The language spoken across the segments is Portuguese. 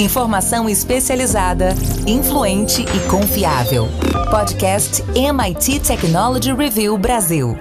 Informação especializada, influente e confiável. Podcast MIT Technology Review Brasil.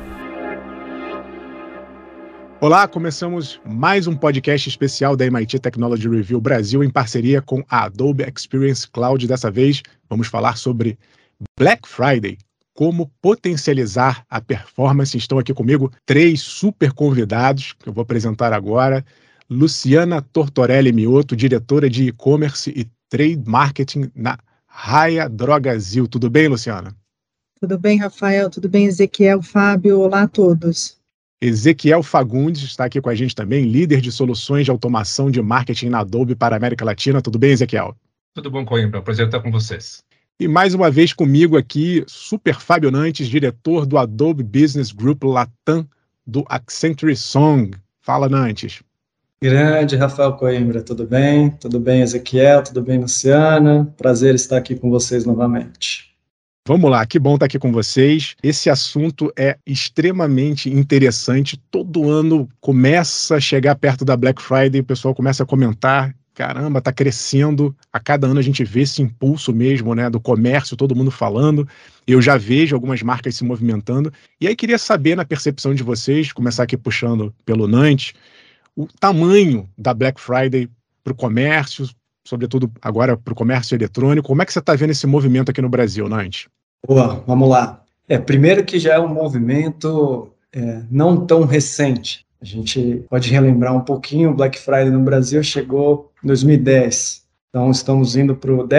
Olá, começamos mais um podcast especial da MIT Technology Review Brasil em parceria com a Adobe Experience Cloud. Dessa vez, vamos falar sobre Black Friday, como potencializar a performance. Estão aqui comigo três super convidados que eu vou apresentar agora. Luciana Tortorelli Mioto, diretora de e-commerce e trade marketing na Raia Drogasil. Tudo bem, Luciana? Tudo bem, Rafael? Tudo bem, Ezequiel, Fábio? Olá a todos. Ezequiel Fagundes está aqui com a gente também, líder de soluções de automação de marketing na Adobe para a América Latina. Tudo bem, Ezequiel? Tudo bom, Coimbra. Prazer estar com vocês. E mais uma vez comigo aqui, Super Fábio Nantes, diretor do Adobe Business Group Latam do Accenture Song. Fala, Nantes. Grande Rafael Coimbra, tudo bem? Tudo bem, Ezequiel? Tudo bem, Luciana? Prazer estar aqui com vocês novamente. Vamos lá, que bom estar aqui com vocês. Esse assunto é extremamente interessante. Todo ano começa a chegar perto da Black Friday, o pessoal começa a comentar. Caramba, está crescendo. A cada ano a gente vê esse impulso mesmo, né, do comércio, todo mundo falando. Eu já vejo algumas marcas se movimentando. E aí queria saber, na percepção de vocês, começar aqui puxando pelo Nantes, o tamanho da Black Friday para o comércio, sobretudo agora para o comércio eletrônico. Como é que você está vendo esse movimento aqui no Brasil, Nantes? Boa, vamos lá. Primeiro que já é um movimento não tão recente. A gente pode relembrar um pouquinho, o Black Friday no Brasil chegou em 2010. Então estamos indo para o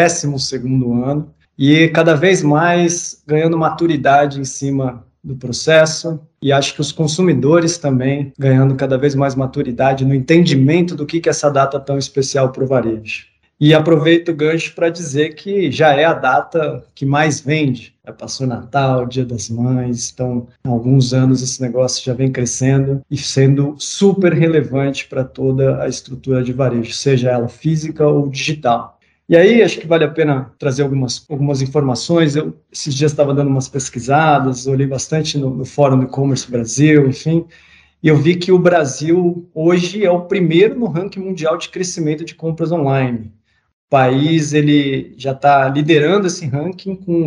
12º ano e cada vez mais ganhando maturidade em cima do processo, e acho que os consumidores também ganhando cada vez mais maturidade no entendimento do que é essa data tão especial para o varejo. E aproveito o gancho para dizer que já é a data que mais vende. Já passou Natal, Dia das Mães, então há alguns anos esse negócio já vem crescendo e sendo super relevante para toda a estrutura de varejo, seja ela física ou digital. E aí, acho que vale a pena trazer algumas informações. Eu, esses dias, estava dando umas pesquisadas, olhei bastante no Fórum do E-Commerce Brasil, enfim, e eu vi que o Brasil, hoje, é o primeiro no ranking mundial de crescimento de compras online. O país, ele já está liderando esse ranking com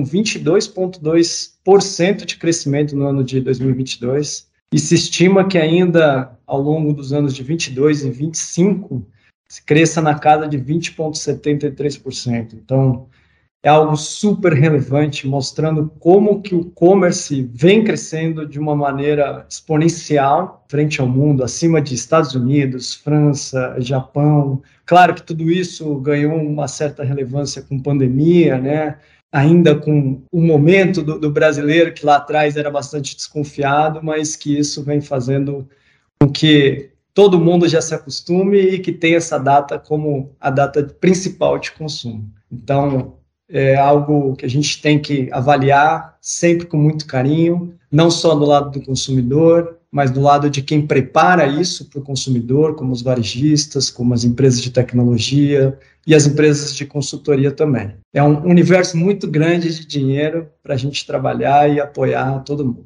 22,2% de crescimento no ano de 2022, e se estima que ainda, ao longo dos anos de 22 e 25, cresça na casa de 20,73%. Então, é algo super relevante, mostrando como que o e-commerce vem crescendo de uma maneira exponencial frente ao mundo, acima de Estados Unidos, França, Japão. Claro que tudo isso ganhou uma certa relevância com pandemia, né? Ainda com o momento do brasileiro, que lá atrás era bastante desconfiado, mas que isso vem fazendo com que todo mundo já se acostume e que tenha essa data como a data principal de consumo. Então, é algo que a gente tem que avaliar sempre com muito carinho, não só do lado do consumidor, mas do lado de quem prepara isso para o consumidor, como os varejistas, como as empresas de tecnologia e as empresas de consultoria também. É um universo muito grande de dinheiro para a gente trabalhar e apoiar todo mundo.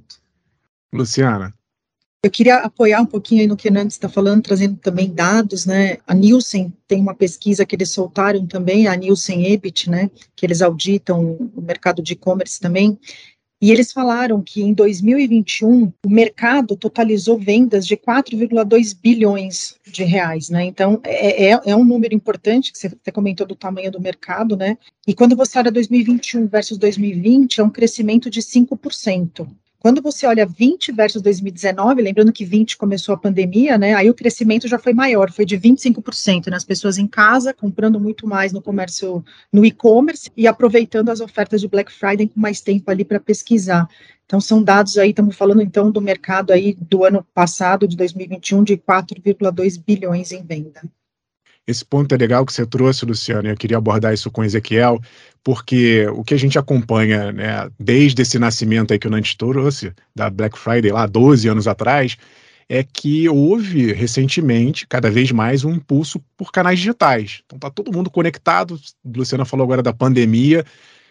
Luciana. Eu queria apoiar um pouquinho aí no que o Nantes está falando, trazendo também dados, né? A Nielsen tem uma pesquisa que eles soltaram também, a Nielsen EBIT, né? Que eles auditam o mercado de e-commerce também. E eles falaram que em 2021 o mercado totalizou vendas de 4,2 bilhões de reais, né? Então é um número importante, que você até comentou do tamanho do mercado, né? E quando você olha 2021 versus 2020, é um crescimento de 5%. Quando você olha 20 versus 2019, lembrando que 20 começou a pandemia, né? Aí o crescimento já foi maior, foi de 25%, né? As pessoas em casa comprando muito mais no comércio, no e-commerce e aproveitando as ofertas de Black Friday com mais tempo ali para pesquisar. Então são dados aí, estamos falando então do mercado aí do ano passado, de 2021, de 4,2 bilhões em venda. Esse ponto é legal que você trouxe, Luciano, e eu queria abordar isso com o Ezequiel, porque o que a gente acompanha, né, desde esse nascimento aí que o Nantes trouxe, da Black Friday lá 12 anos atrás, é que houve recentemente, cada vez mais, um impulso por canais digitais. Então tá todo mundo conectado, a Luciana falou agora da pandemia.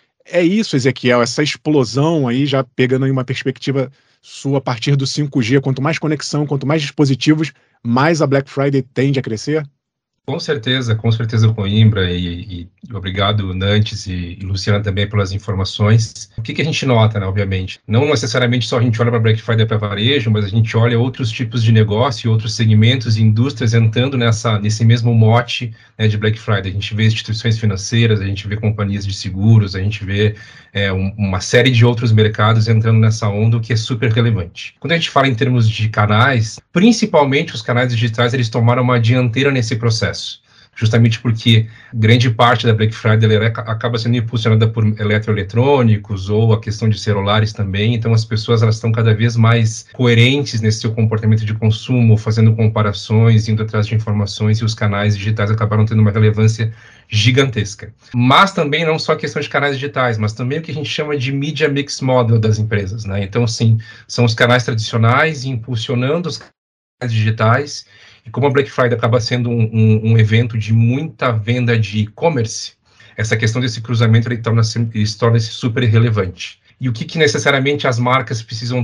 É isso, Ezequiel, essa explosão aí, já pegando aí uma perspectiva sua a partir do 5G, quanto mais conexão, quanto mais dispositivos, mais a Black Friday tende a crescer? Com certeza, Coimbra, e obrigado, Nantes e Luciana também pelas informações. O que a gente nota, né, obviamente? Não necessariamente só a gente olha para Black Friday para varejo, mas a gente olha outros tipos de negócio e outros segmentos e indústrias entrando nesse mesmo mote, né, de Black Friday. A gente vê instituições financeiras, a gente vê companhias de seguros, a gente vê uma série de outros mercados entrando nessa onda, o que é super relevante. Quando a gente fala em termos de canais, principalmente os canais digitais, eles tomaram uma dianteira nesse processo. Justamente porque grande parte da Black Friday acaba sendo impulsionada por eletroeletrônicos ou a questão de celulares também, então as pessoas elas estão cada vez mais coerentes nesse seu comportamento de consumo, fazendo comparações, indo atrás de informações, e os canais digitais acabaram tendo uma relevância gigantesca. Mas também não só a questão de canais digitais, mas também o que a gente chama de Media Mix Model das empresas, né? Então, sim, são os canais tradicionais impulsionando os canais digitais. E como a Black Friday acaba sendo um evento de muita venda de e-commerce, essa questão desse cruzamento torna-se super relevante. E o que necessariamente as marcas precisam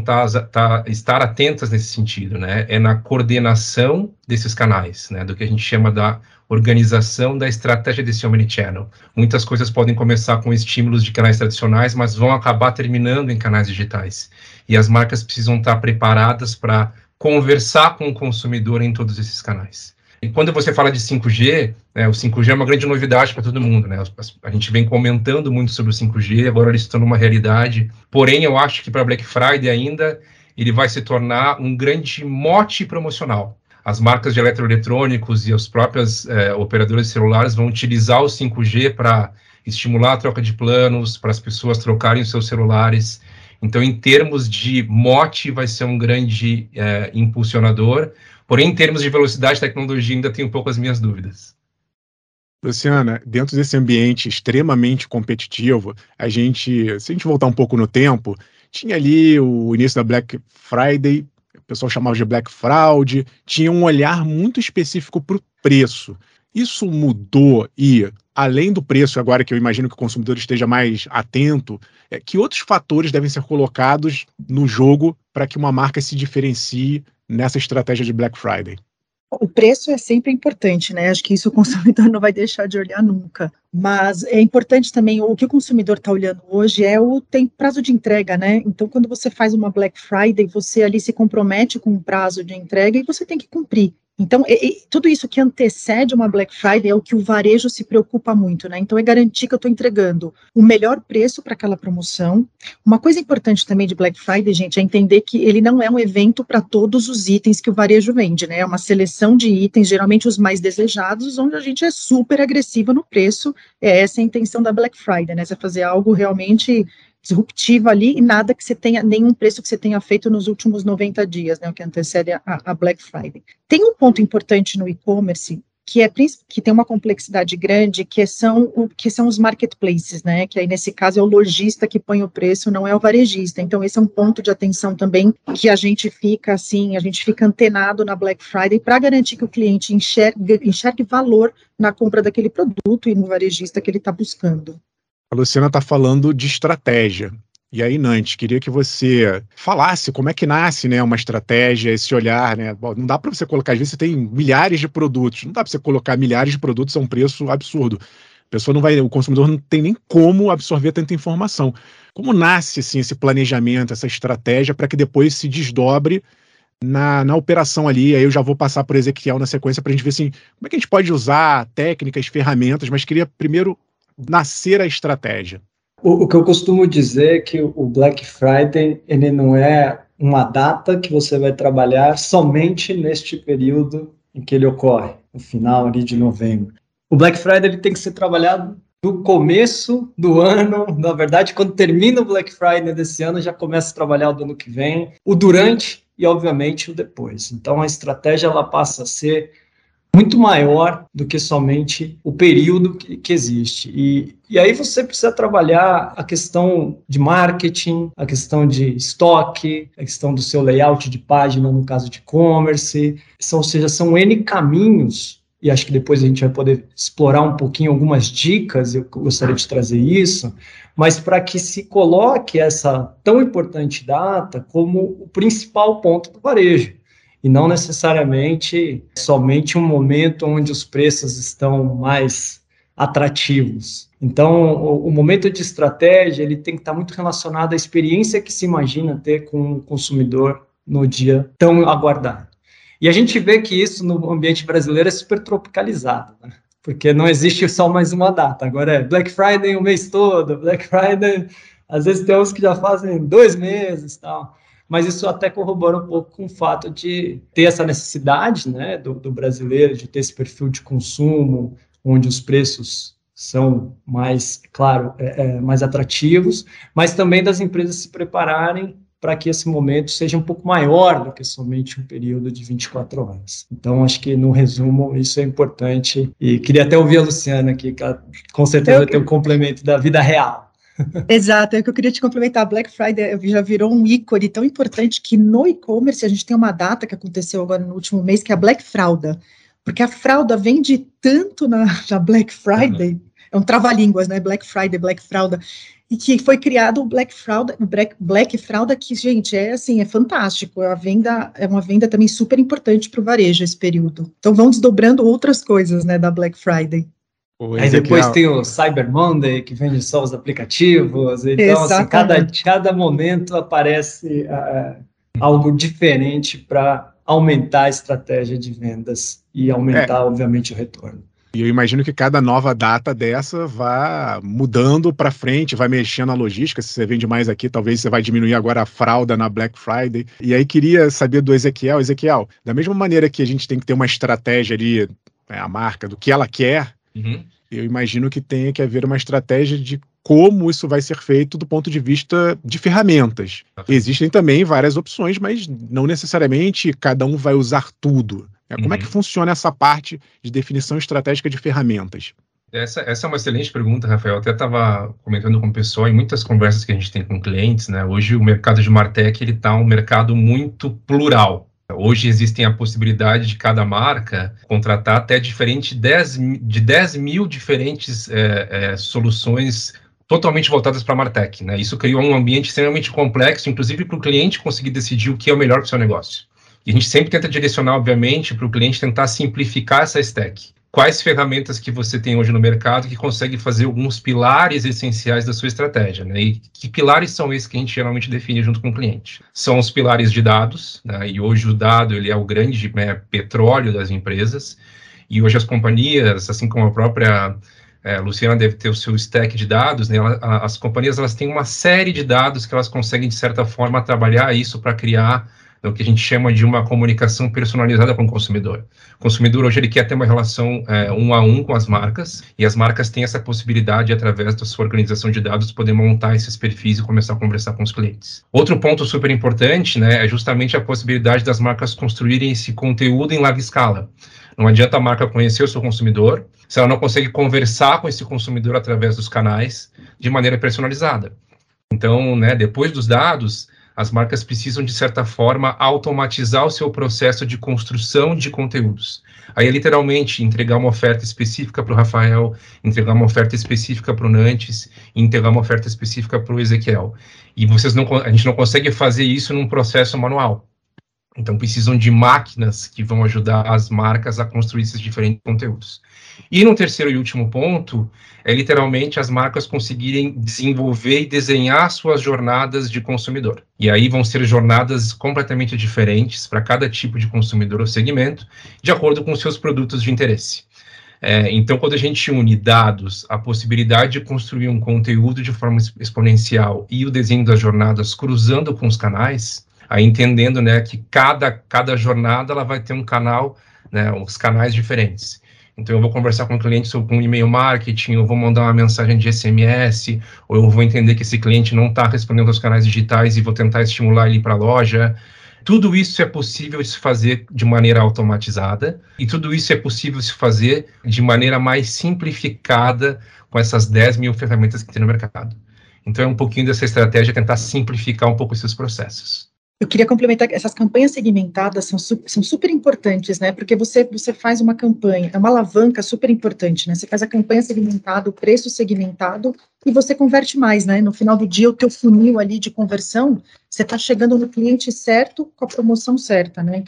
estar atentas nesse sentido, né? É na coordenação desses canais, né? Do que a gente chama da organização da estratégia desse omnichannel. Muitas coisas podem começar com estímulos de canais tradicionais, mas vão acabar terminando em canais digitais. E as marcas precisam estar preparadas para conversar com o consumidor em todos esses canais. E quando você fala de 5G, né, o 5G é uma grande novidade para todo mundo, né? A gente vem comentando muito sobre o 5G, agora ele se tornou uma realidade. Porém, eu acho que para Black Friday ainda, ele vai se tornar um grande mote promocional. As marcas de eletroeletrônicos e as próprias operadoras de celulares vão utilizar o 5G para estimular a troca de planos, para as pessoas trocarem os seus celulares. Então, em termos de mote, vai ser um grande impulsionador, porém, em termos de velocidade e tecnologia, ainda tenho um pouco as minhas dúvidas. Luciana, dentro desse ambiente extremamente competitivo, se a gente voltar um pouco no tempo, tinha ali o início da Black Friday, o pessoal chamava de Black Fraud, tinha um olhar muito específico para o preço. Isso mudou e, além do preço, agora que eu imagino que o consumidor esteja mais atento, que outros fatores devem ser colocados no jogo para que uma marca se diferencie nessa estratégia de Black Friday? O preço é sempre importante, né? Acho que isso o consumidor não vai deixar de olhar nunca. Mas é importante também, o que o consumidor está olhando hoje tem prazo de entrega, né? Então, quando você faz uma Black Friday, você ali se compromete com um prazo de entrega e você tem que cumprir. Então, tudo isso que antecede uma Black Friday é o que o varejo se preocupa muito, né? Então, é garantir que eu estou entregando o melhor preço para aquela promoção. Uma coisa importante também de Black Friday, gente, é entender que ele não é um evento para todos os itens que o varejo vende, né? É uma seleção de itens, geralmente os mais desejados, onde a gente é super agressiva no preço. Essa é a intenção da Black Friday, né? Você fazer algo realmente disruptiva ali e nada que você tenha, nenhum preço que você tenha feito nos últimos 90 dias, né, o que antecede a Black Friday. Tem um ponto importante no e-commerce que tem uma complexidade grande, que são os marketplaces, né, que aí nesse caso é o lojista que põe o preço, não é o varejista. Então esse é um ponto de atenção também que a gente fica antenado na Black Friday para garantir que o cliente enxergue valor na compra daquele produto e no varejista que ele está buscando. A Luciana está falando de estratégia. E aí, Nantes, queria que você falasse como é que nasce, né, uma estratégia, esse olhar, né? Bom, não dá para você colocar, às vezes você tem milhares de produtos, não dá para você colocar milhares de produtos a um preço absurdo. O consumidor não tem nem como absorver tanta informação. Como nasce, assim, esse planejamento, essa estratégia, para que depois se desdobre na operação ali? Aí eu já vou passar por Ezequiel na sequência para a gente ver, assim, como é que a gente pode usar técnicas, ferramentas, mas queria primeiro nascer a estratégia. O que eu costumo dizer é que o Black Friday, ele não é uma data que você vai trabalhar somente neste período em que ele ocorre, no final ali de novembro. O Black Friday ele tem que ser trabalhado do começo do ano, na verdade, quando termina o Black Friday desse ano, já começa a trabalhar o do ano que vem, o durante e, obviamente, o depois. Então, a estratégia ela passa a ser muito maior do que somente o período que existe. E aí você precisa trabalhar a questão de marketing, a questão de estoque, a questão do seu layout de página, no caso de e-commerce. Ou seja, são N caminhos, e acho que depois a gente vai poder explorar um pouquinho algumas dicas, eu gostaria de trazer isso, mas para que se coloque essa tão importante data como o principal ponto do varejo. e não necessariamente somente um momento onde os preços estão mais atrativos. Então, o momento de estratégia ele tem que estar muito relacionado à experiência que se imagina ter com o consumidor no dia tão aguardado. E a gente vê que isso no ambiente brasileiro é super tropicalizado, né? Porque não existe só mais uma data. Agora é Black Friday o mês todo, Black Friday, às vezes tem uns que já fazem 2 meses e tal. Mas isso até corrobora um pouco com o fato de ter essa necessidade, né, do brasileiro, de ter esse perfil de consumo, onde os preços são mais, claro, mais atrativos, mas também das empresas se prepararem para que esse momento seja um pouco maior do que somente um período de 24 horas. Então, acho que, no resumo, isso é importante. E queria até ouvir a Luciana aqui, que ela, com certeza vai ter um complemento da vida real. Exato, é o que eu queria te complementar. Black Friday já virou um ícone tão importante que no e-commerce a gente tem uma data que aconteceu agora no último mês, que é a Black Fralda. Porque a fralda vende tanto na Black Friday, é um trava-línguas, né? Black Friday, Black Fralda, e que foi criado o Black Fralda, que, gente, é assim, é fantástico. É uma venda também super importante para o varejo esse período. Então vão desdobrando outras coisas, né, da Black Friday. Aí depois tem o Cyber Monday, que vende só os aplicativos. Então, assim, cada momento aparece algo diferente para aumentar a estratégia de vendas e aumentar, obviamente, o retorno. E eu imagino que cada nova data dessa vá mudando para frente, vai mexendo na logística. Se você vende mais aqui, talvez você vai diminuir agora a fralda na Black Friday. E aí queria saber do Ezequiel, da mesma maneira que a gente tem que ter uma estratégia ali, a marca, do que ela quer, eu imagino que tenha que haver uma estratégia de como isso vai ser feito do ponto de vista de ferramentas. Existem também várias opções, mas não necessariamente cada um vai usar tudo. Como é que funciona essa parte de definição estratégica de ferramentas? Essa é uma excelente pergunta, Rafael. Eu até estava comentando com o pessoal em muitas conversas que a gente tem com clientes, né? Hoje o mercado de MarTech está um mercado muito plural. Hoje existem a possibilidade de cada marca contratar até de 10 mil diferentes soluções totalmente voltadas para a MarTech, né? Isso criou um ambiente extremamente complexo, inclusive para o cliente conseguir decidir o que é o melhor para o seu negócio. E a gente sempre tenta direcionar, obviamente, para o cliente tentar simplificar essa stack. Quais ferramentas que você tem hoje no mercado que consegue fazer alguns pilares essenciais da sua estratégia, né? E que pilares são esses que a gente geralmente define junto com o cliente? São os pilares de dados, né? E hoje o dado ele é o grande petróleo das empresas, e hoje as companhias, assim como a própria Luciana deve ter o seu stack de dados, né? As companhias elas têm uma série de dados que elas conseguem, de certa forma, trabalhar isso para criar o que a gente chama de uma comunicação personalizada com o consumidor. O consumidor hoje ele quer ter uma relação 1-a-1 com as marcas, e as marcas têm essa possibilidade, através da sua organização de dados, poder montar esses perfis e começar a conversar com os clientes. Outro ponto super importante, né, é justamente a possibilidade das marcas construírem esse conteúdo em larga escala. Não adianta a marca conhecer o seu consumidor se ela não consegue conversar com esse consumidor através dos canais de maneira personalizada. Então, né, depois dos dados, as marcas precisam, de certa forma, automatizar o seu processo de construção de conteúdos. Aí é literalmente entregar uma oferta específica para o Rafael, entregar uma oferta específica para o Nantes, e entregar uma oferta específica para o Ezequiel. E a gente não consegue fazer isso num processo manual. Então, precisam de máquinas que vão ajudar as marcas a construir esses diferentes conteúdos. E no terceiro e último ponto, é literalmente as marcas conseguirem desenvolver e desenhar suas jornadas de consumidor. E aí vão ser jornadas completamente diferentes para cada tipo de consumidor ou segmento, de acordo com os seus produtos de interesse. Então, quando a gente une dados, a possibilidade de construir um conteúdo de forma exponencial e o desenho das jornadas cruzando com os canais, aí entendendo, né, que cada jornada ela vai ter um canal, né, uns canais diferentes. Então, eu vou conversar com o cliente sobre um e-mail marketing, eu vou mandar uma mensagem de SMS, ou eu vou entender que esse cliente não está respondendo aos canais digitais e vou tentar estimular ele para a loja. Tudo isso é possível de se fazer de maneira automatizada, e tudo isso é possível de se fazer de maneira mais simplificada com essas 10 mil ferramentas que tem no mercado. Então, é um pouquinho dessa estratégia tentar simplificar um pouco esses processos. Eu queria complementar que essas campanhas segmentadas são super importantes, né? Porque você faz uma campanha, é uma alavanca super importante, né? Você faz a campanha segmentada, o preço segmentado, e você converte mais, né? No final do dia, o teu funil ali de conversão, você está chegando no cliente certo com a promoção certa, né? Então,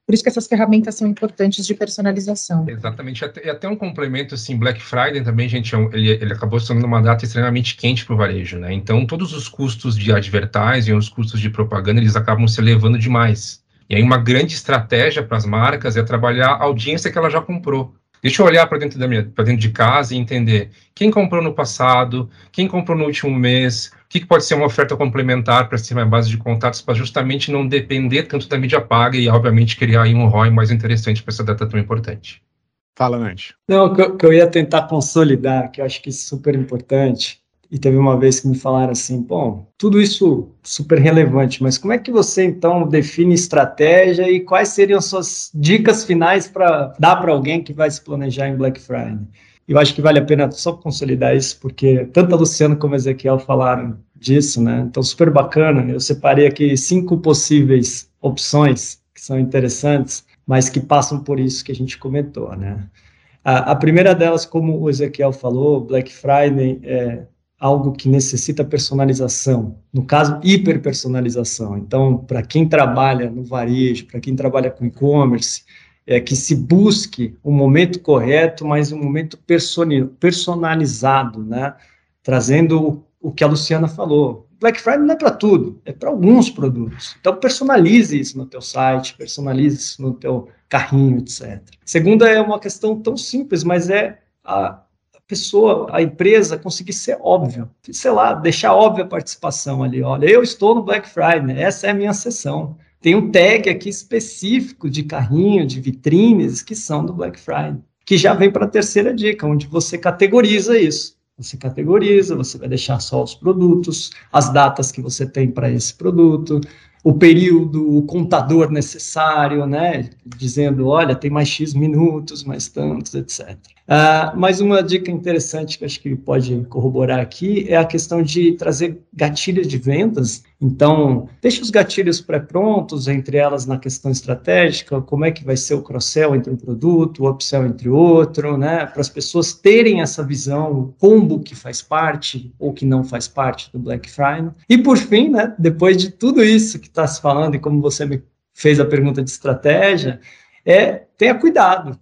Por isso que essas ferramentas são importantes de personalização. Exatamente. E até um complemento, assim, Black Friday também, gente, ele acabou se tornando uma data extremamente quente para o varejo, né? Então, todos os custos de advertising, os custos de propaganda, eles acabam se elevando demais. E aí, uma grande estratégia para as marcas é trabalhar a audiência que ela já comprou. Deixa eu olhar para dentro de casa e entender quem comprou no passado, quem comprou no último mês, o que pode ser uma oferta complementar para ser uma base de contatos, para justamente não depender tanto da mídia paga e, obviamente, criar aí um ROI mais interessante para essa data tão importante. Fala, Nantes. Não, que eu ia tentar consolidar, que eu acho que isso é super importante. E teve uma vez que me falaram assim, bom, tudo isso super relevante, mas como é que você, então, define estratégia e quais seriam suas dicas finais para dar para alguém que vai se planejar em Black Friday? Eu acho que vale a pena só consolidar isso, porque tanto a Luciana como a Ezequiel falaram disso, né? Então, super bacana. Eu separei aqui 5 possíveis opções que são interessantes, mas que passam por isso que a gente comentou, né? A primeira delas, como o Ezequiel falou, Black Friday é algo que necessita personalização, no caso, hiperpersonalização. Então, para quem trabalha no varejo, para quem trabalha com e-commerce, que se busque um momento correto, mas um momento personalizado, né? Trazendo o que a Luciana falou. Black Friday não é para tudo, é para alguns produtos. Então, personalize isso no teu site, personalize isso no teu carrinho, etc. Segunda é uma questão tão simples, mas é a pessoa, a empresa conseguir ser óbvio, sei lá, deixar óbvia a participação ali, olha, eu estou no Black Friday, essa é a minha sessão. Tem um tag aqui específico de carrinho, de vitrines que são do Black Friday, que já vem para a terceira dica, onde você categoriza isso. Você categoriza, você vai deixar só os produtos, as datas que você tem para esse produto, o período, o contador necessário, né? Dizendo, olha, tem mais X minutos, mais tantos, etc. Mas uma dica interessante que acho que pode corroborar aqui é a questão de trazer gatilhos de vendas. Então, deixa os gatilhos pré-prontos, entre elas na questão estratégica, como é que vai ser o cross-sell entre um produto, o upsell entre outro, né? Para as pessoas terem essa visão, o combo que faz parte ou que não faz parte do Black Friday. E por fim, né, depois de tudo isso que está se falando e como você me fez a pergunta de estratégia, tenha cuidado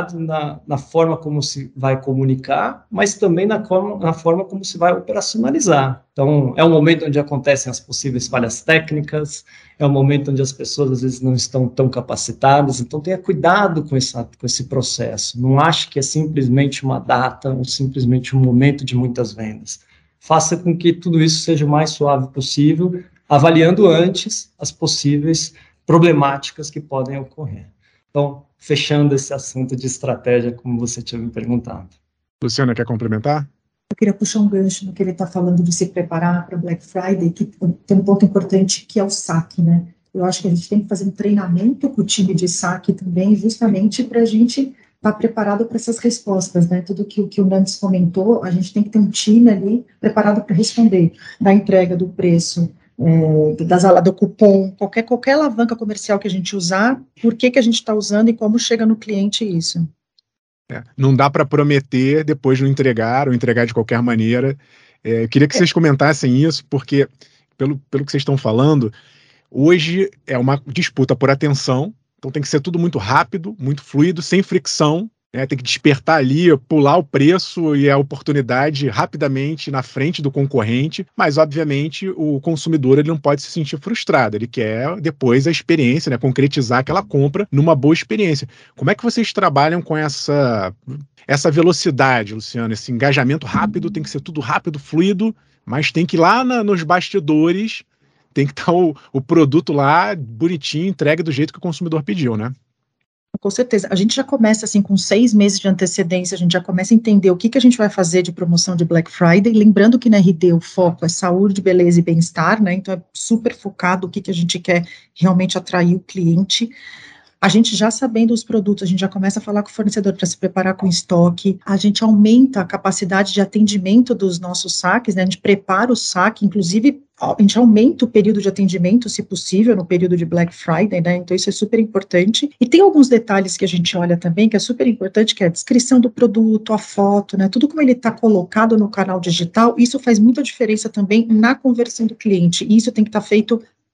na forma como se vai comunicar, mas também na forma como se vai operacionalizar. Então, é um momento onde acontecem as possíveis falhas técnicas, é um momento onde as pessoas, às vezes, não estão tão capacitadas, então tenha cuidado com esse processo. Não ache que é simplesmente uma data ou simplesmente um momento de muitas vendas. Faça com que tudo isso seja o mais suave possível, avaliando antes as possíveis problemáticas que podem ocorrer. Então, fechando esse assunto de estratégia, como você tinha me perguntado. Luciana, quer complementar? Eu queria puxar um gancho no que ele está falando de se preparar para o Black Friday, que tem um ponto importante que é o saque, né? Eu acho que a gente tem que fazer um treinamento com o time de saque também, justamente para a gente estar preparado para essas respostas, né? Tudo que o Nantes comentou, a gente tem que ter um time ali preparado para responder da entrega, do preço, do cupom, qualquer alavanca comercial que a gente usar, por que a gente está usando e como chega no cliente isso. Não dá para prometer, depois não entregar, ou entregar de qualquer maneira. Eu queria que vocês comentassem isso, porque, pelo que vocês estão falando, hoje é uma disputa por atenção, então tem que ser tudo muito rápido, muito fluido, sem fricção, né? Tem que despertar ali, pular o preço e a oportunidade rapidamente na frente do concorrente, mas obviamente o consumidor ele não pode se sentir frustrado, ele quer depois a experiência, né? Concretizar aquela compra numa boa experiência. Como é que vocês trabalham com essa velocidade, Luciano? Esse engajamento rápido, tem que ser tudo rápido, fluido, mas tem que ir lá nos bastidores, tem que estar o produto lá bonitinho, entregue do jeito que o consumidor pediu, né? Com certeza. A gente já começa, assim, com 6 meses de antecedência, a gente já começa a entender o que a gente vai fazer de promoção de Black Friday, lembrando que na RD o foco é saúde, beleza e bem-estar, né? Então é super focado o que a gente quer realmente atrair o cliente. A gente já sabendo os produtos, a gente já começa a falar com o fornecedor para se preparar com estoque, a gente aumenta a capacidade de atendimento dos nossos saques, né? A gente prepara o saque, inclusive a gente aumenta o período de atendimento, se possível, no período de Black Friday, né? Então isso é super importante. E tem alguns detalhes que a gente olha também, que é super importante, que é a descrição do produto, a foto, né? Tudo como ele está colocado no canal digital, isso faz muita diferença também na conversão do cliente, e isso tem que estar feito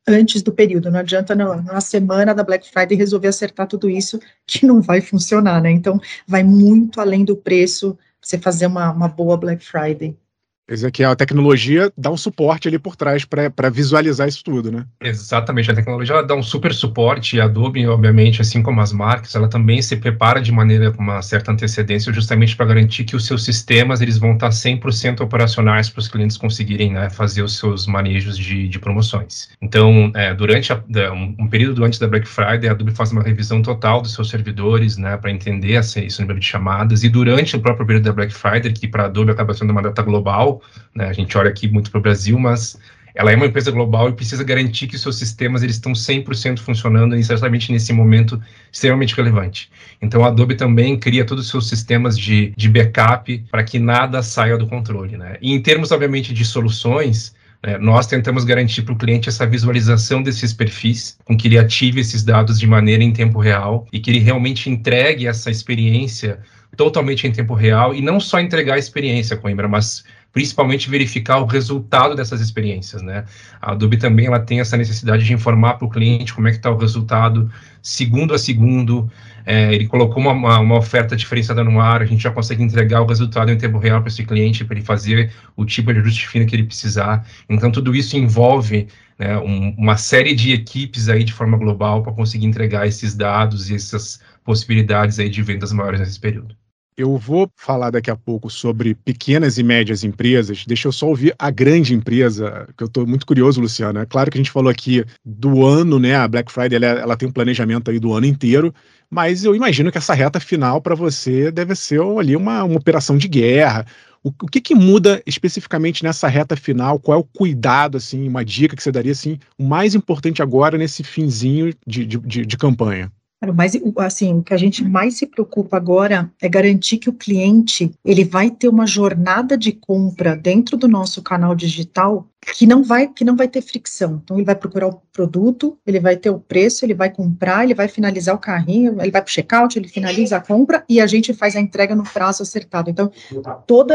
antes do período. Não adianta na semana da Black Friday resolver acertar tudo isso, que não vai funcionar, né? Então, vai muito além do preço você fazer uma boa Black Friday. Ezequiel, a tecnologia dá um suporte ali por trás para visualizar isso tudo, né? Exatamente, a tecnologia ela dá um super suporte, e a Adobe, obviamente, assim como as marcas, ela também se prepara de maneira com uma certa antecedência, justamente para garantir que os seus sistemas eles vão estar 100% operacionais para os clientes conseguirem, né, fazer os seus manejos de promoções. Então, durante um período antes da Black Friday, a Adobe faz uma revisão total dos seus servidores, né, para entender esse número de chamadas, e durante o próprio período da Black Friday, que para a Adobe acaba sendo uma data global, né, a gente olha aqui muito para o Brasil, mas ela é uma empresa global e precisa garantir que os seus sistemas eles estão 100% funcionando, e certamente nesse momento extremamente relevante. Então, a Adobe também cria todos os seus sistemas de backup para que nada saia do controle, né? E em termos, obviamente, de soluções, nós tentamos garantir para o cliente essa visualização desses perfis, com que ele ative esses dados de maneira em tempo real e que ele realmente entregue essa experiência totalmente em tempo real, e não só entregar a experiência, Coimbra, mas principalmente verificar o resultado dessas experiências, né? A Adobe também ela tem essa necessidade de informar para o cliente como é que está o resultado segundo a segundo. Ele colocou uma oferta diferenciada no ar, a gente já consegue entregar o resultado em tempo real para esse cliente, para ele fazer o tipo de ajuste fino que ele precisar. Então, tudo isso envolve, né, uma série de equipes aí de forma global para conseguir entregar esses dados e essas possibilidades aí de vendas maiores nesse período. Eu vou falar daqui a pouco sobre pequenas e médias empresas. Deixa eu só ouvir a grande empresa, que eu estou muito curioso, Luciano. É claro que a gente falou aqui do ano, né? A Black Friday ela tem um planejamento aí do ano inteiro, mas eu imagino que essa reta final para você deve ser ali uma operação de guerra. O que muda especificamente nessa reta final? Qual é o cuidado, assim, uma dica que você daria, assim, o mais importante agora nesse finzinho de campanha? Mas, assim, o que a gente mais se preocupa agora é garantir que o cliente, ele vai ter uma jornada de compra dentro do nosso canal digital que não vai ter fricção. Então, ele vai procurar o produto, ele vai ter o preço, ele vai comprar, ele vai finalizar o carrinho, ele vai para o checkout, ele finaliza a compra e a gente faz a entrega no prazo acertado. Então, todo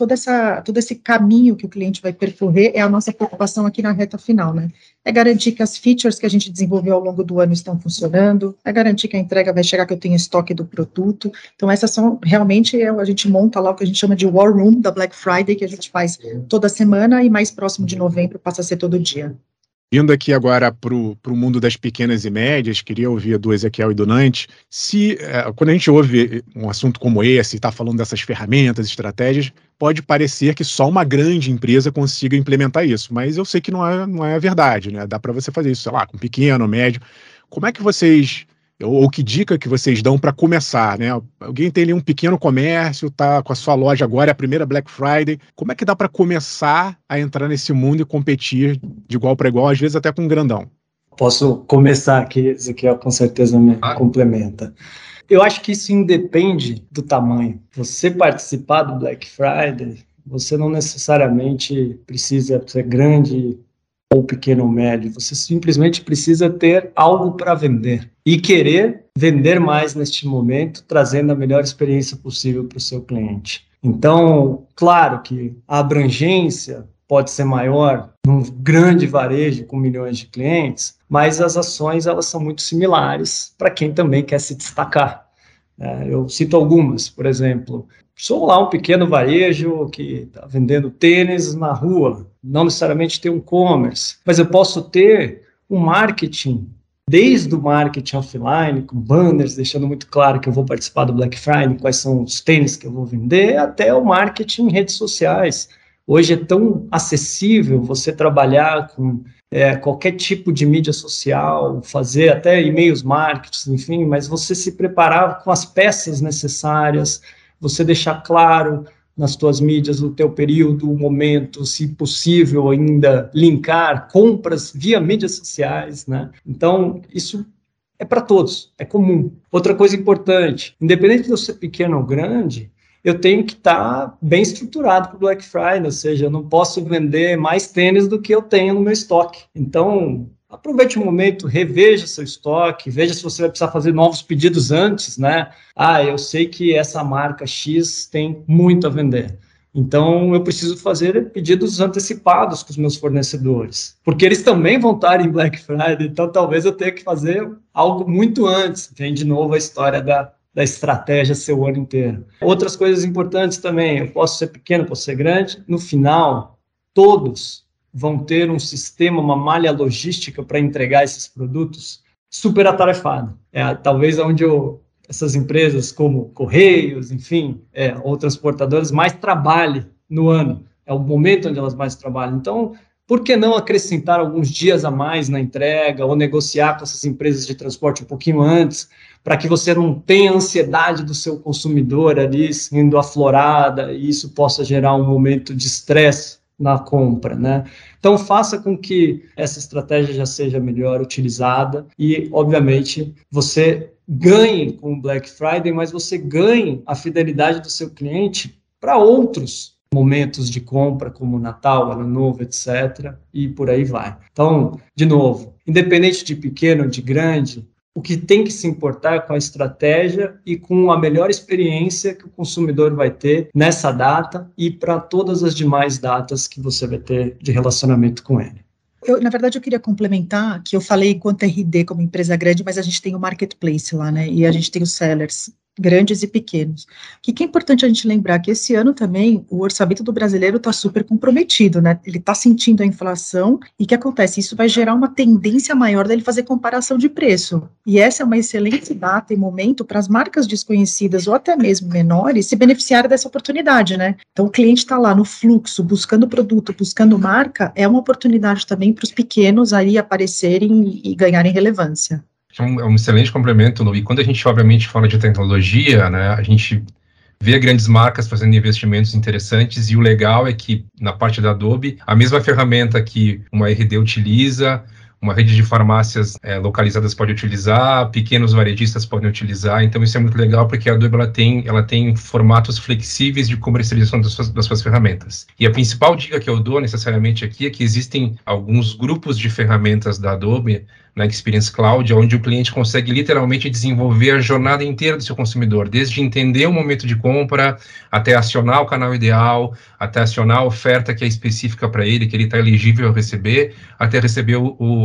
esse caminho que o cliente vai percorrer é a nossa preocupação aqui na reta final, né? É garantir que as features que a gente desenvolveu ao longo do ano estão funcionando, é garantir que a entrega vai chegar, que eu tenho estoque do produto. Então, essas são, realmente, a gente monta lá o que a gente chama de War Room da Black Friday, que a gente faz toda semana, e mais próximo de novembro passa a ser todo dia. Vindo aqui agora para o mundo das pequenas e médias, queria ouvir do Ezequiel e do Nantes, quando a gente ouve um assunto como esse, está falando dessas ferramentas, estratégias, pode parecer que só uma grande empresa consiga implementar isso, mas eu sei que não é a verdade, né? Dá para você fazer isso, sei lá, com pequeno, médio. Como é que vocês, ou que dica que vocês dão para começar, né? Alguém tem ali um pequeno comércio, tá com a sua loja agora, é a primeira Black Friday. Como é que dá para começar a entrar nesse mundo e competir de igual para igual, às vezes até com um grandão? Posso começar aqui, Ezequiel com certeza me complementa. Eu acho que isso independe do tamanho. Você participar do Black Friday, você não necessariamente precisa ser grande ou pequeno ou médio, você simplesmente precisa ter algo para vender e querer vender mais neste momento, trazendo a melhor experiência possível para o seu cliente. Então, claro que a abrangência pode ser maior num grande varejo com milhões de clientes, mas as ações elas são muito similares para quem também quer se destacar. Eu cito algumas, por exemplo, sou lá um pequeno varejo que está vendendo tênis na rua, não necessariamente ter um e-commerce, mas eu posso ter um marketing, desde o marketing offline, com banners, deixando muito claro que eu vou participar do Black Friday, quais são os tênis que eu vou vender, até o marketing em redes sociais. Hoje é tão acessível você trabalhar com qualquer tipo de mídia social, fazer até e-mails marketing, enfim, mas você se preparar com as peças necessárias, você deixar claro nas tuas mídias o teu período, o momento, se possível ainda linkar compras via mídias sociais, né? Então, isso é para todos, é comum. Outra coisa importante, independente de eu ser pequeno ou grande, eu tenho que estar bem estruturado para o Black Friday, ou seja, eu não posso vender mais tênis do que eu tenho no meu estoque. Então, aproveite o momento, reveja seu estoque, veja se você vai precisar fazer novos pedidos antes, né? Eu sei que essa marca X tem muito a vender. Então, eu preciso fazer pedidos antecipados com os meus fornecedores, porque eles também vão estar em Black Friday, então talvez eu tenha que fazer algo muito antes. Tem de novo a história da estratégia ser o ano inteiro. Outras coisas importantes também, eu posso ser pequeno, posso ser grande, no final, todos vão ter um sistema, uma malha logística para entregar esses produtos super atarefado. Talvez onde essas empresas como Correios, enfim, ou transportadoras mais trabalhem no ano. É o momento onde elas mais trabalham. Então, por que não acrescentar alguns dias a mais na entrega ou negociar com essas empresas de transporte um pouquinho antes, para que você não tenha ansiedade do seu consumidor ali sendo aflorada e isso possa gerar um momento de estresse na compra, né? Então, faça com que essa estratégia já seja melhor utilizada e, obviamente, você ganhe com o Black Friday, mas você ganhe a fidelidade do seu cliente para outros momentos de compra, como Natal, Ano Novo, etc., e por aí vai. Então, de novo, independente de pequeno ou de grande, o que tem que se importar é com a estratégia e com a melhor experiência que o consumidor vai ter nessa data e para todas as demais datas que você vai ter de relacionamento com ele. Na verdade, eu queria complementar que eu falei enquanto RD como empresa grande, mas a gente tem o marketplace lá, né? E a gente tem os sellers grandes e pequenos. O que é importante a gente lembrar que esse ano também o orçamento do brasileiro está super comprometido, né? Ele está sentindo a inflação e o que acontece? Isso vai gerar uma tendência maior dele fazer comparação de preço. E essa é uma excelente data e momento para as marcas desconhecidas ou até mesmo menores se beneficiarem dessa oportunidade, né? Então o cliente está lá no fluxo, buscando produto, buscando marca, é uma oportunidade também para os pequenos aí aparecerem e ganharem relevância. É um excelente complemento, Lu. E quando a gente, obviamente, fala de tecnologia, né, a gente vê grandes marcas fazendo investimentos interessantes, e o legal é que, na parte da Adobe, a mesma ferramenta que uma RD utiliza, uma rede de farmácias localizadas pode utilizar, pequenos varejistas podem utilizar. Então isso é muito legal, porque a Adobe ela tem formatos flexíveis de comercialização das suas ferramentas. E a principal dica que eu dou necessariamente aqui é que existem alguns grupos de ferramentas da Adobe na Experience Cloud, onde o cliente consegue literalmente desenvolver a jornada inteira do seu consumidor, desde entender o momento de compra, até acionar o canal ideal, até acionar a oferta que é específica para ele, que ele está elegível a receber, até receber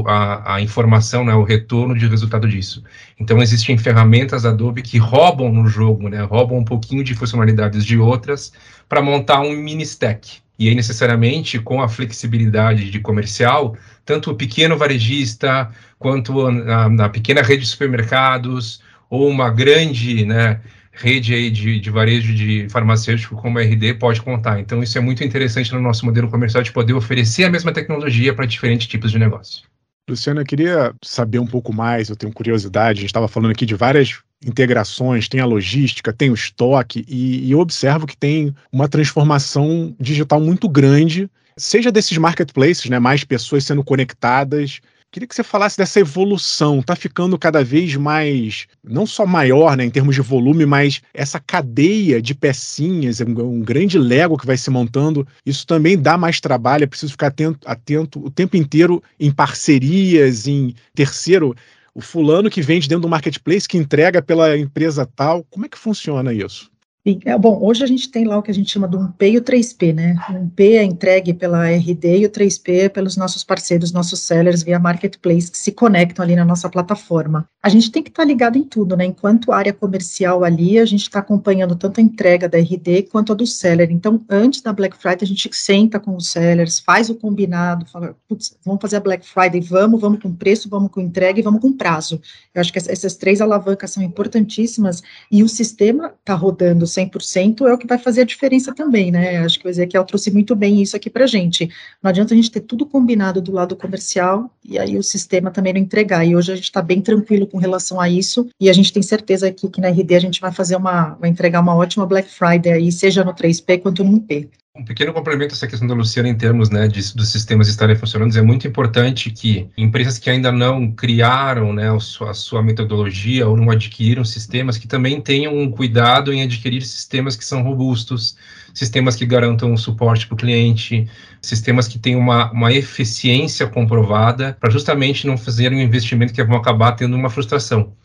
a informação, né, o retorno de resultado disso. Então, existem ferramentas da Adobe que roubam no jogo, né, roubam um pouquinho de funcionalidades de outras para montar um mini stack. E aí, necessariamente, com a flexibilidade de comercial, tanto o pequeno varejista, quanto na pequena rede de supermercados, ou uma grande, né, rede aí de varejo de farmacêutico como a RD pode contar. Então, isso é muito interessante no nosso modelo comercial, de poder oferecer a mesma tecnologia para diferentes tipos de negócio. Luciano, eu queria saber um pouco mais, eu tenho curiosidade, a gente estava falando aqui de várias integrações, tem a logística, tem o estoque, e eu observo que tem uma transformação digital muito grande, seja desses marketplaces, né, mais pessoas sendo conectadas. Queria que você falasse dessa evolução, está ficando cada vez mais, não só maior, né, em termos de volume, mas essa cadeia de pecinhas, um grande Lego que vai se montando, isso também dá mais trabalho, é preciso ficar atento o tempo inteiro em parcerias, em terceiro, o fulano que vende dentro do marketplace, que entrega pela empresa tal, como é que funciona isso? Bom, hoje a gente tem lá o que a gente chama do 1P e o 3P, né? O 1P é entregue pela RD e o 3P é pelos nossos parceiros, nossos sellers via marketplace que se conectam ali na nossa plataforma. A gente tem que estar ligado em tudo, né? Enquanto área comercial ali, a gente está acompanhando tanto a entrega da RD quanto a do seller. Então, antes da Black Friday, a gente senta com os sellers, faz o combinado, fala, putz, vamos fazer a Black Friday, vamos com preço, vamos com entrega e vamos com prazo. Eu acho que essas três alavancas são importantíssimas e o sistema está rodando 100% é o que vai fazer a diferença também, né? Acho que o Ezequiel trouxe muito bem isso aqui pra gente. Não adianta a gente ter tudo combinado do lado comercial e aí o sistema também não entregar. E hoje a gente está bem tranquilo com relação a isso e a gente tem certeza aqui que na RD a gente vai entregar uma ótima Black Friday aí, seja no 3P quanto no 1P. Um pequeno complemento a essa questão da Luciana em termos, né, dos sistemas estarem funcionando. É muito importante que empresas que ainda não criaram, né, a sua metodologia ou não adquiriram sistemas, que também tenham um cuidado em adquirir sistemas que são robustos, sistemas que garantam o suporte para o cliente, sistemas que tenham uma eficiência comprovada, para justamente não fazer um investimento que vão acabar tendo uma frustração.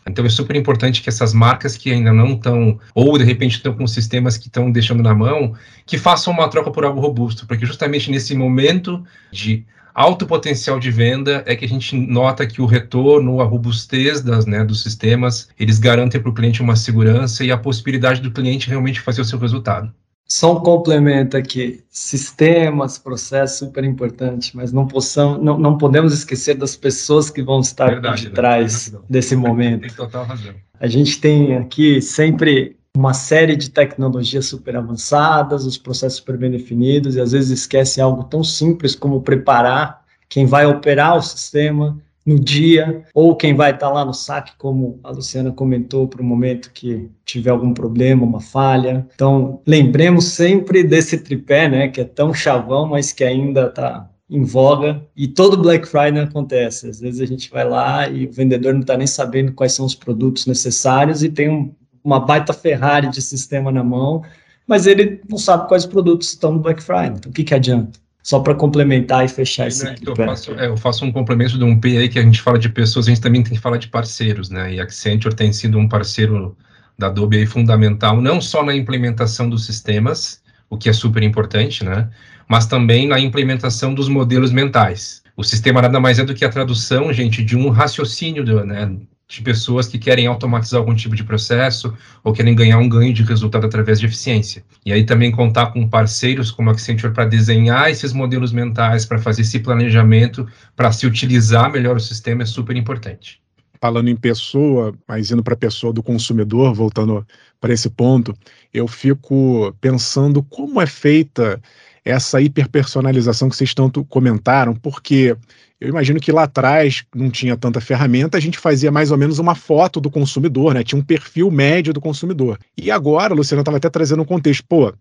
Então é super importante que essas marcas que ainda não estão, ou de repente estão com sistemas que estão deixando na mão, que façam uma troca por algo robusto, porque justamente nesse momento de alto potencial de venda é que a gente nota que o retorno, a robustez dos sistemas, eles garantem para o cliente uma segurança e a possibilidade do cliente realmente fazer o seu resultado. Só um complemento aqui, sistemas, processos, super importante, mas não podemos esquecer das pessoas que vão estar por detrás desse momento. Tem total razão. A gente tem aqui sempre uma série de tecnologias super avançadas, os processos super bem definidos, e às vezes esquece algo tão simples como preparar quem vai operar o sistema no dia, ou quem vai estar lá no saque, como a Luciana comentou, para o momento que tiver algum problema, uma falha. Então, lembremos sempre desse tripé, né, que é tão chavão, mas que ainda está em voga, e todo Black Friday acontece. Às vezes a gente vai lá e o vendedor não está nem sabendo quais são os produtos necessários e tem uma baita Ferrari de sistema na mão, mas ele não sabe quais produtos estão no Black Friday. Então, o que adianta? Só para complementar e fechar esse tripé. Eu faço um complemento de um P aí que a gente fala de pessoas, a gente também tem que falar de parceiros, né? E a Accenture tem sido um parceiro da Adobe aí fundamental, não só na implementação dos sistemas, o que é super importante, né? Mas também na implementação dos modelos mentais. O sistema nada mais é do que a tradução, gente, de um raciocínio, de pessoas que querem automatizar algum tipo de processo ou querem ganhar um ganho de resultado através de eficiência. E aí também contar com parceiros como a Accenture para desenhar esses modelos mentais, para fazer esse planejamento, para se utilizar melhor o sistema é super importante. Falando em pessoa, mas indo para a pessoa do consumidor, voltando para esse ponto, eu fico pensando como é feita essa hiperpersonalização que vocês tanto comentaram, porque eu imagino que lá atrás não tinha tanta ferramenta, a gente fazia mais ou menos uma foto do consumidor, né? Tinha um perfil médio do consumidor. E agora, a Luciana estava até trazendo um contexto,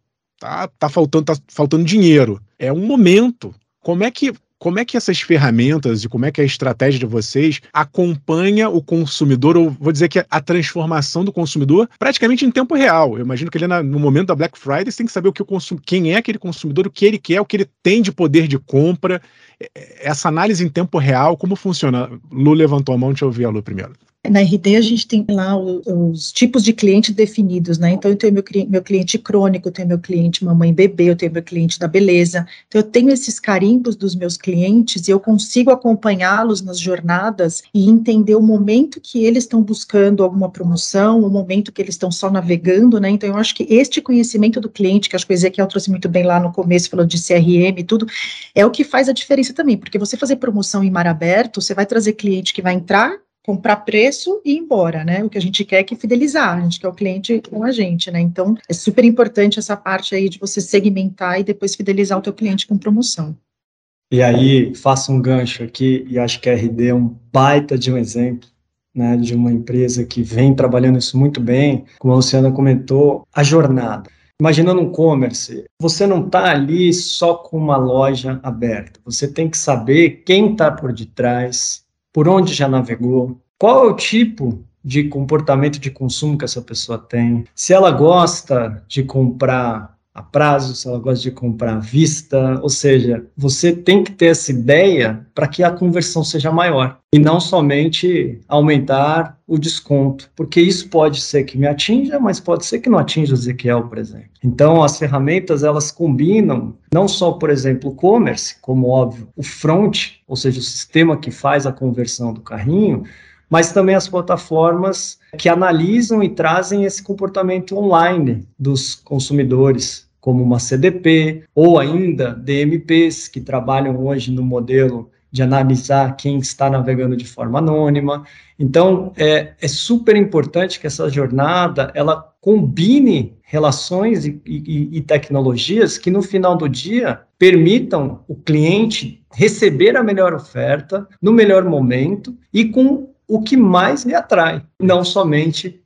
tá faltando dinheiro. É um momento. Como é que essas ferramentas e como é que a estratégia de vocês acompanha o consumidor, ou vou dizer que a transformação do consumidor praticamente em tempo real? Eu imagino que no momento da Black Friday você tem que saber quem é aquele consumidor, o que ele quer, o que ele tem de poder de compra. Essa análise em tempo real, como funciona? Lu levantou a mão, deixa eu ouvir a Lu primeiro. Na RD a gente tem lá os tipos de cliente definidos, né? Então eu tenho meu cliente crônico, eu tenho meu cliente mamãe e bebê, eu tenho meu cliente da beleza. Então eu tenho esses carimbos dos meus clientes e eu consigo acompanhá-los nas jornadas e entender o momento que eles estão buscando alguma promoção, o momento que eles estão só navegando, né? Então eu acho que este conhecimento do cliente, que acho que o Ezequiel trouxe muito bem lá no começo, falou de CRM e tudo, é o que faz a diferença também, porque você fazer promoção em mar aberto, você vai trazer cliente que vai entrar, comprar preço e ir embora, né? O que a gente quer é que fidelizar, a gente quer o cliente com a gente, né? Então, é super importante essa parte aí de você segmentar e depois fidelizar o teu cliente com promoção. E aí, faço um gancho aqui, e acho que a RD é um baita de um exemplo, né, de uma empresa que vem trabalhando isso muito bem, como a Luciana comentou, a jornada. Imaginando um e-commerce, você não está ali só com uma loja aberta, você tem que saber quem está por detrás, por onde já navegou, qual é o tipo de comportamento de consumo que essa pessoa tem, se ela gosta de comprar a prazo, se ela gosta de comprar à vista, ou seja, você tem que ter essa ideia para que a conversão seja maior e não somente aumentar o desconto, porque isso pode ser que me atinja, mas pode ser que não atinja o Ezequiel, por exemplo. Então, as ferramentas, elas combinam não só, por exemplo, o e-commerce, como óbvio, o front, ou seja, o sistema que faz a conversão do carrinho, mas também as plataformas que analisam e trazem esse comportamento online dos consumidores, como uma CDP, ou ainda DMPs, que trabalham hoje no modelo de analisar quem está navegando de forma anônima. Então, é super importante que essa jornada, ela combine relações e tecnologias que, no final do dia, permitam o cliente receber a melhor oferta, no melhor momento, e com o que mais lhe atrai, não somente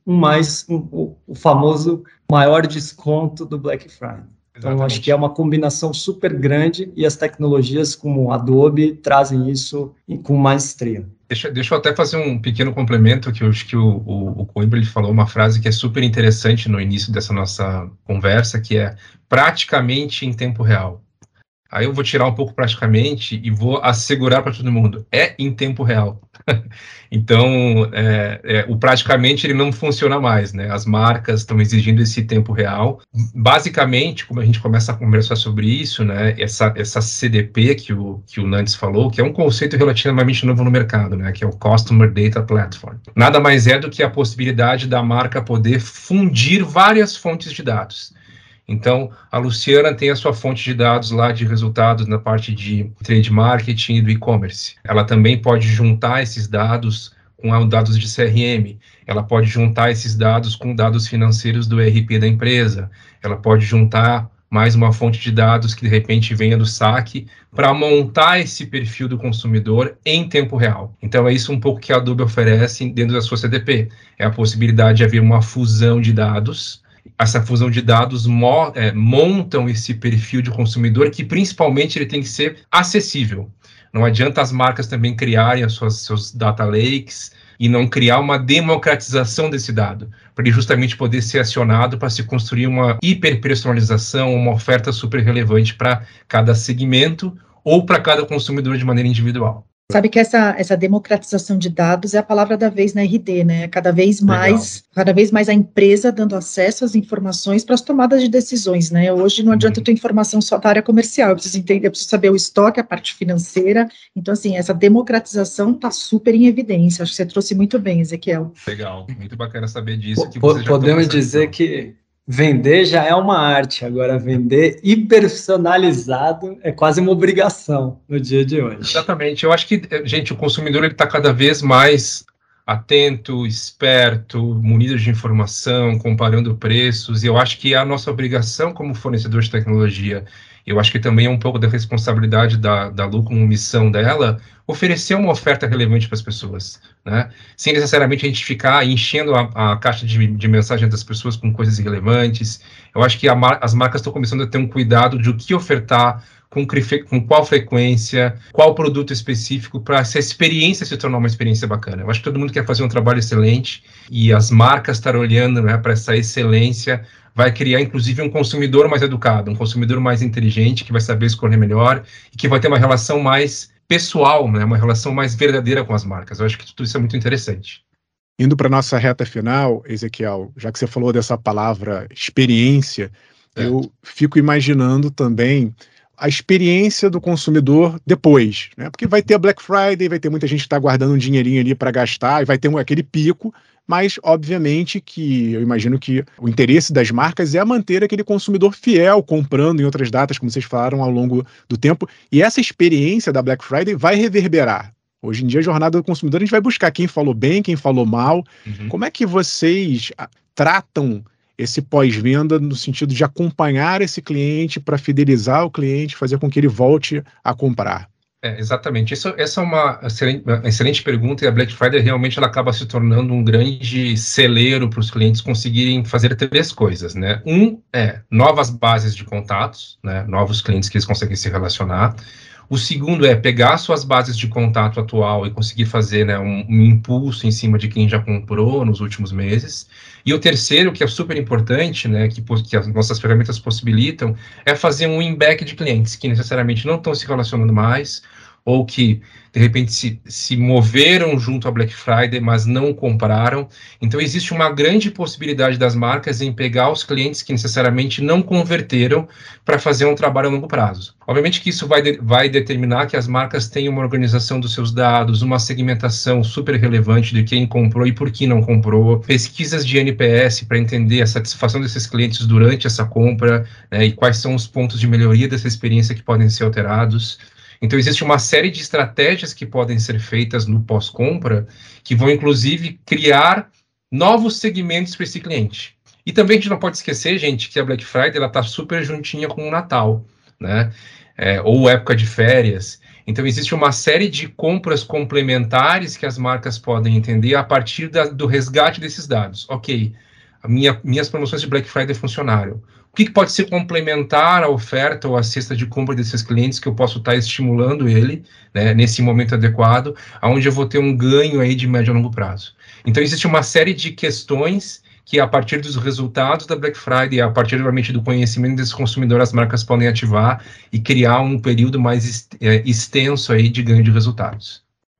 o famoso maior desconto do Black Friday. Então, Exatamente. acho que é uma combinação super grande e as tecnologias como o Adobe trazem isso com maestria. Deixa eu até fazer um pequeno complemento, que eu acho que o Coimbra ele falou uma frase que é super interessante no início dessa nossa conversa, que é praticamente em tempo real. Aí eu vou tirar um pouco praticamente e vou assegurar para todo mundo, é em tempo real. Então, praticamente ele não funciona mais, né? As marcas estão exigindo esse tempo real. Basicamente, como a gente começa a conversar sobre isso, né? Essa CDP que o Nantes falou, que é um conceito relativamente novo no mercado, né? Que é o Customer Data Platform. Nada mais é do que a possibilidade da marca poder fundir várias fontes de dados. Então, a Luciana tem a sua fonte de dados lá de resultados na parte de trade marketing e do e-commerce. Ela também pode juntar esses dados com dados de CRM. Ela pode juntar esses dados com dados financeiros do ERP da empresa. Ela pode juntar mais uma fonte de dados que, de repente, venha do saque para montar esse perfil do consumidor em tempo real. Então, é isso um pouco que a Adobe oferece dentro da sua CDP. É a possibilidade de haver uma fusão de dados. Essa fusão de dados montam esse perfil de consumidor que, principalmente, ele tem que ser acessível. Não adianta as marcas também criarem seus data lakes e não criar uma democratização desse dado, para ele justamente poder ser acionado para se construir uma hiperpersonalização, uma oferta super relevante para cada segmento ou para cada consumidor de maneira individual. Sabe que essa democratização de dados é a palavra da vez na RD, né? Cada vez mais a empresa dando acesso às informações para as tomadas de decisões, né? Hoje não adianta eu ter informação só da área comercial, eu preciso entender, eu preciso saber o estoque, a parte financeira. Então, assim, essa democratização está super em evidência. Acho que você trouxe muito bem, Ezequiel. Legal, muito bacana saber disso. Podemos dizer que vender já é uma arte, agora vender hiperpersonalizado é quase uma obrigação no dia de hoje. Exatamente, eu acho que, gente, o consumidor está cada vez mais atento, esperto, munido de informação, comparando preços, e eu acho que é a nossa obrigação como fornecedor de tecnologia. Eu acho que também é um pouco da responsabilidade da Lu, como missão dela, oferecer uma oferta relevante para as pessoas, né? Sem necessariamente a gente ficar enchendo a caixa de mensagem das pessoas com coisas irrelevantes. Eu acho que as marcas estão começando a ter um cuidado de o que ofertar, com qual frequência, qual produto específico, para essa experiência se tornar uma experiência bacana. Eu acho que todo mundo quer fazer um trabalho excelente e as marcas estar olhando, né, para essa excelência vai criar, inclusive, um consumidor mais educado, um consumidor mais inteligente, que vai saber escolher melhor e que vai ter uma relação mais pessoal, né, uma relação mais verdadeira com as marcas. Eu acho que tudo isso é muito interessante. Indo para a nossa reta final, Ezequiel, já que você falou dessa palavra experiência, eu fico imaginando também a experiência do consumidor depois, né? Porque vai ter a Black Friday, vai ter muita gente que está guardando um dinheirinho ali para gastar, e vai ter aquele pico, mas obviamente que eu imagino que o interesse das marcas é manter aquele consumidor fiel, comprando em outras datas, como vocês falaram, ao longo do tempo, e essa experiência da Black Friday vai reverberar. Hoje em dia, a jornada do consumidor, a gente vai buscar quem falou bem, quem falou mal. Como é que vocês tratam esse pós-venda no sentido de acompanhar esse cliente para fidelizar o cliente, fazer com que ele volte a comprar? Exatamente. Essa é uma excelente pergunta, e a Black Friday realmente ela acaba se tornando um grande celeiro para os clientes conseguirem fazer 3 coisas, né? Novas bases de contatos, né? Novos clientes que eles conseguem se relacionar. O segundo é pegar suas bases de contato atual e conseguir fazer, né, um impulso em cima de quem já comprou nos últimos meses. E o terceiro, que é super importante, né, que as nossas ferramentas possibilitam, é fazer um win-back de clientes que necessariamente não estão se relacionando mais, ou que, de repente, se moveram junto à Black Friday, mas não compraram. Então, existe uma grande possibilidade das marcas em pegar os clientes que necessariamente não converteram para fazer um trabalho a longo prazo. Obviamente que isso vai determinar que as marcas tenham uma organização dos seus dados, uma segmentação super relevante de quem comprou e por que não comprou, pesquisas de NPS para entender a satisfação desses clientes durante essa compra, né, e quais são os pontos de melhoria dessa experiência que podem ser alterados. Então, existe uma série de estratégias que podem ser feitas no pós-compra, que vão, inclusive, criar novos segmentos para esse cliente. E também a gente não pode esquecer, gente, que a Black Friday está super juntinha com o Natal, né? Ou época de férias. Então, existe uma série de compras complementares que as marcas podem entender a partir do resgate desses dados. Ok, minhas promoções de Black Friday funcionaram. O que pode ser complementar à oferta ou à cesta de compra desses clientes que eu posso estar estimulando ele, né, nesse momento adequado, onde eu vou ter um ganho aí de médio a longo prazo. Então, existe uma série de questões que, a partir dos resultados da Black Friday, a partir, realmente, do conhecimento desse consumidor, as marcas podem ativar e criar um período mais extenso aí de ganho de resultados.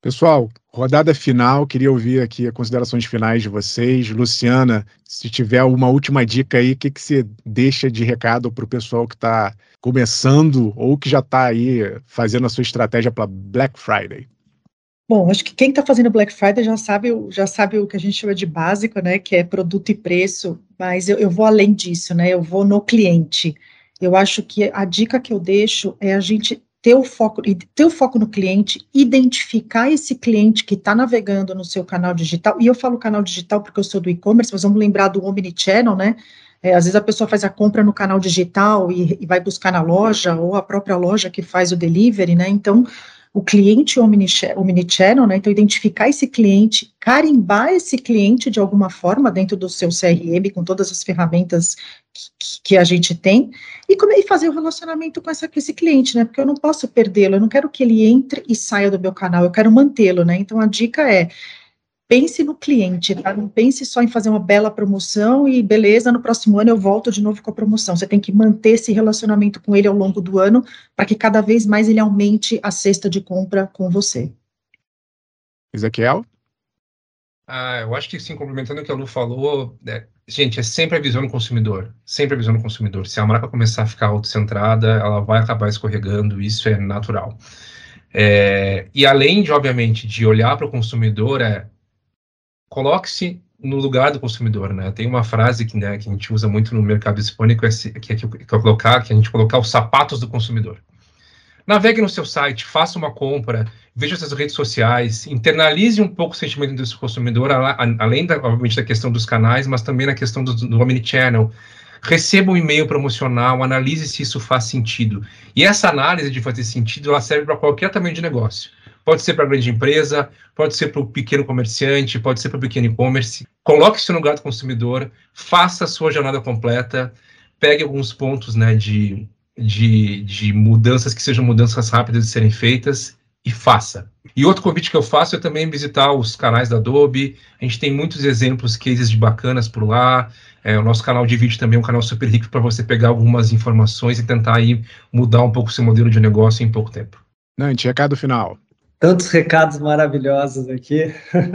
Pessoal, rodada final, queria ouvir aqui as considerações finais de vocês. Luciana, se tiver uma última dica aí, o que você deixa de recado para o pessoal que está começando ou que já está aí fazendo a sua estratégia para Black Friday? Bom, acho que quem está fazendo Black Friday já sabe o que a gente chama de básico, né, que é produto e preço, mas eu vou além disso, né, eu vou no cliente. Eu acho que a dica que eu deixo é a gente ter o foco no cliente, identificar esse cliente que está navegando no seu canal digital, e eu falo canal digital porque eu sou do e-commerce, mas vamos lembrar do omnichannel, né, às vezes a pessoa faz a compra no canal digital e vai buscar na loja, ou a própria loja que faz o delivery, né, então o cliente omnichannel, né, então identificar esse cliente, carimbar esse cliente de alguma forma dentro do seu CRM, com todas as ferramentas que a gente tem, e fazer o relacionamento com esse cliente, né, porque eu não posso perdê-lo, eu não quero que ele entre e saia do meu canal, eu quero mantê-lo, né, então a dica é, pense no cliente, tá? Não pense só em fazer uma bela promoção e beleza, no próximo ano eu volto de novo com a promoção. Você tem que manter esse relacionamento com ele ao longo do ano para que cada vez mais ele aumente a cesta de compra com você. Ezequiel? Eu acho que, sim, complementando o que a Lu falou, gente, é sempre a visão do consumidor. Sempre a visão do consumidor. Se a marca começar a ficar autocentrada, ela vai acabar escorregando, isso é natural. E além de, obviamente, de olhar para o consumidor, coloque-se no lugar do consumidor, né? Tem uma frase que a gente usa muito no mercado hispânico, que a gente colocar os sapatos do consumidor. Navegue no seu site, faça uma compra, veja suas redes sociais, internalize um pouco o sentimento do seu consumidor, além, obviamente, da questão dos canais, mas também na questão do omnichannel. Receba um e-mail promocional, analise se isso faz sentido. E essa análise de fazer sentido, ela serve para qualquer tamanho de negócio. Pode ser para a grande empresa, pode ser para o pequeno comerciante, pode ser para o pequeno e-commerce. Coloque-se no lugar do consumidor, faça a sua jornada completa, pegue alguns pontos, né, de mudanças que sejam mudanças rápidas de serem feitas e faça. E outro convite que eu faço é também visitar os canais da Adobe. A gente tem muitos exemplos, cases de bacanas por lá. O nosso canal de vídeo também é um canal super rico para você pegar algumas informações e tentar aí mudar um pouco o seu modelo de negócio em pouco tempo. Nante, recado final. Tantos recados maravilhosos aqui,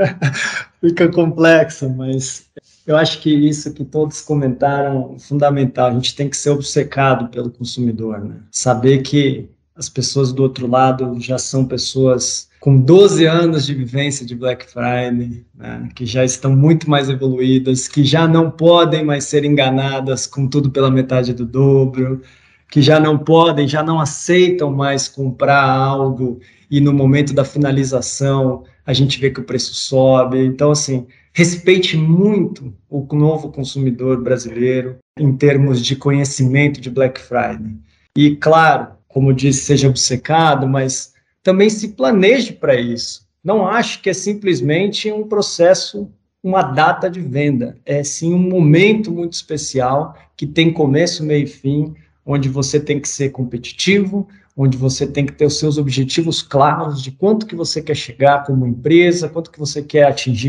fica complexo, mas eu acho que isso que todos comentaram é fundamental. A gente tem que ser obcecado pelo consumidor, né? Saber que as pessoas do outro lado já são pessoas com 12 anos de vivência de Black Friday, né? Que já estão muito mais evoluídas, que já não podem mais ser enganadas com tudo pela metade do dobro, que já não podem, já não aceitam mais comprar algo e no momento da finalização a gente vê que o preço sobe. Então, assim, respeite muito o novo consumidor brasileiro em termos de conhecimento de Black Friday. E, claro, como eu disse, seja obcecado, mas também se planeje para isso. Não acho que é simplesmente um processo, uma data de venda. É, sim, um momento muito especial que tem começo, meio e fim, onde você tem que ser competitivo, onde você tem que ter os seus objetivos claros de quanto que você quer chegar como empresa, quanto que você quer atingir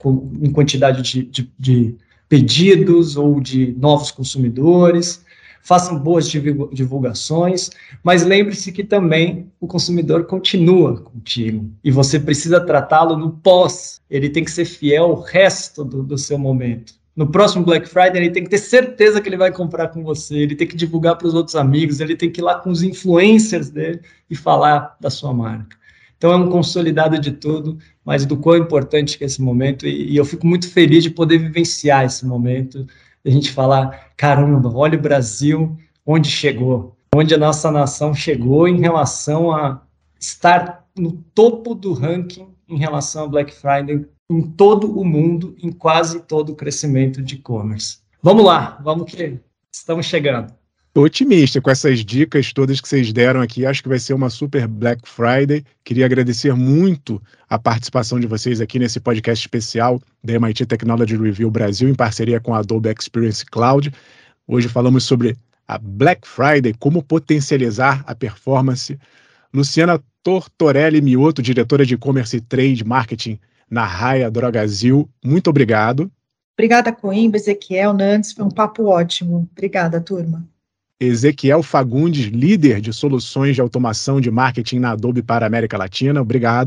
em quantidade de pedidos ou de novos consumidores. Façam boas divulgações, mas lembre-se que também o consumidor continua contigo e você precisa tratá-lo no pós. Ele tem que ser fiel ao resto do seu momento. No próximo Black Friday, ele tem que ter certeza que ele vai comprar com você, ele tem que divulgar para os outros amigos, ele tem que ir lá com os influencers dele e falar da sua marca. Então, é um consolidado de tudo, mas do quão importante que é esse momento, e eu fico muito feliz de poder vivenciar esse momento, de a gente falar, caramba, olha o Brasil, onde chegou, onde a nossa nação chegou em relação a estar no topo do ranking em relação a Black Friday, em todo o mundo, em quase todo o crescimento de e-commerce. Vamos lá, vamos que estamos chegando. Estou otimista com essas dicas todas que vocês deram aqui. Acho que vai ser uma super Black Friday. Queria agradecer muito a participação de vocês aqui nesse podcast especial da MIT Technology Review Brasil, em parceria com a Adobe Experience Cloud. Hoje falamos sobre a Black Friday, como potencializar a performance. Luciana Tortorelli Mioto, diretora de e-commerce e trade marketing na Raia Drogasil. Muito obrigado. Obrigada, Coimbra, Ezequiel, Nantes, foi um papo ótimo. Obrigada, turma. Ezequiel Fagundes, líder de soluções de automação de marketing na Adobe para a América Latina. Obrigado.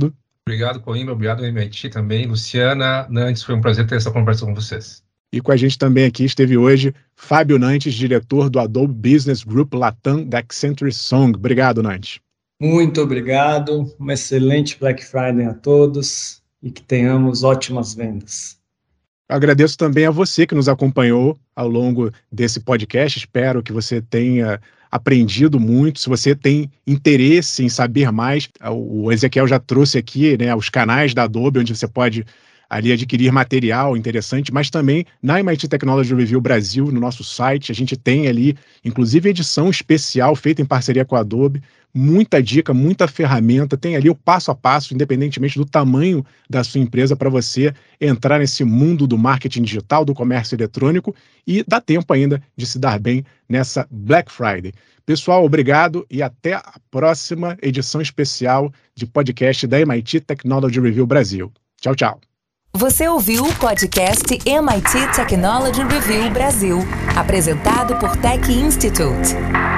Obrigado, Coimbra. Obrigado, MIT também. Luciana, Nantes, foi um prazer ter essa conversa com vocês. E com a gente também aqui esteve hoje Fábio Nantes, diretor do Adobe Business Group Latam da Accenture Song. Obrigado, Nantes. Muito obrigado. Uma excelente Black Friday a todos e que tenhamos ótimas vendas. Agradeço também a você que nos acompanhou ao longo desse podcast. Espero que você tenha aprendido muito. Se você tem interesse em saber mais, o Ezequiel já trouxe aqui, né, os canais da Adobe, onde você pode ali adquirir material interessante, mas também na MIT Technology Review Brasil, no nosso site, a gente tem ali, inclusive, edição especial feita em parceria com a Adobe, muita dica, muita ferramenta, tem ali o passo a passo, independentemente do tamanho da sua empresa, para você entrar nesse mundo do marketing digital, do comércio eletrônico, e dá tempo ainda de se dar bem nessa Black Friday. Pessoal, obrigado e até a próxima edição especial de podcast da MIT Technology Review Brasil. Tchau, tchau. Você ouviu o podcast MIT Technology Review Brasil, apresentado por Tech Institute.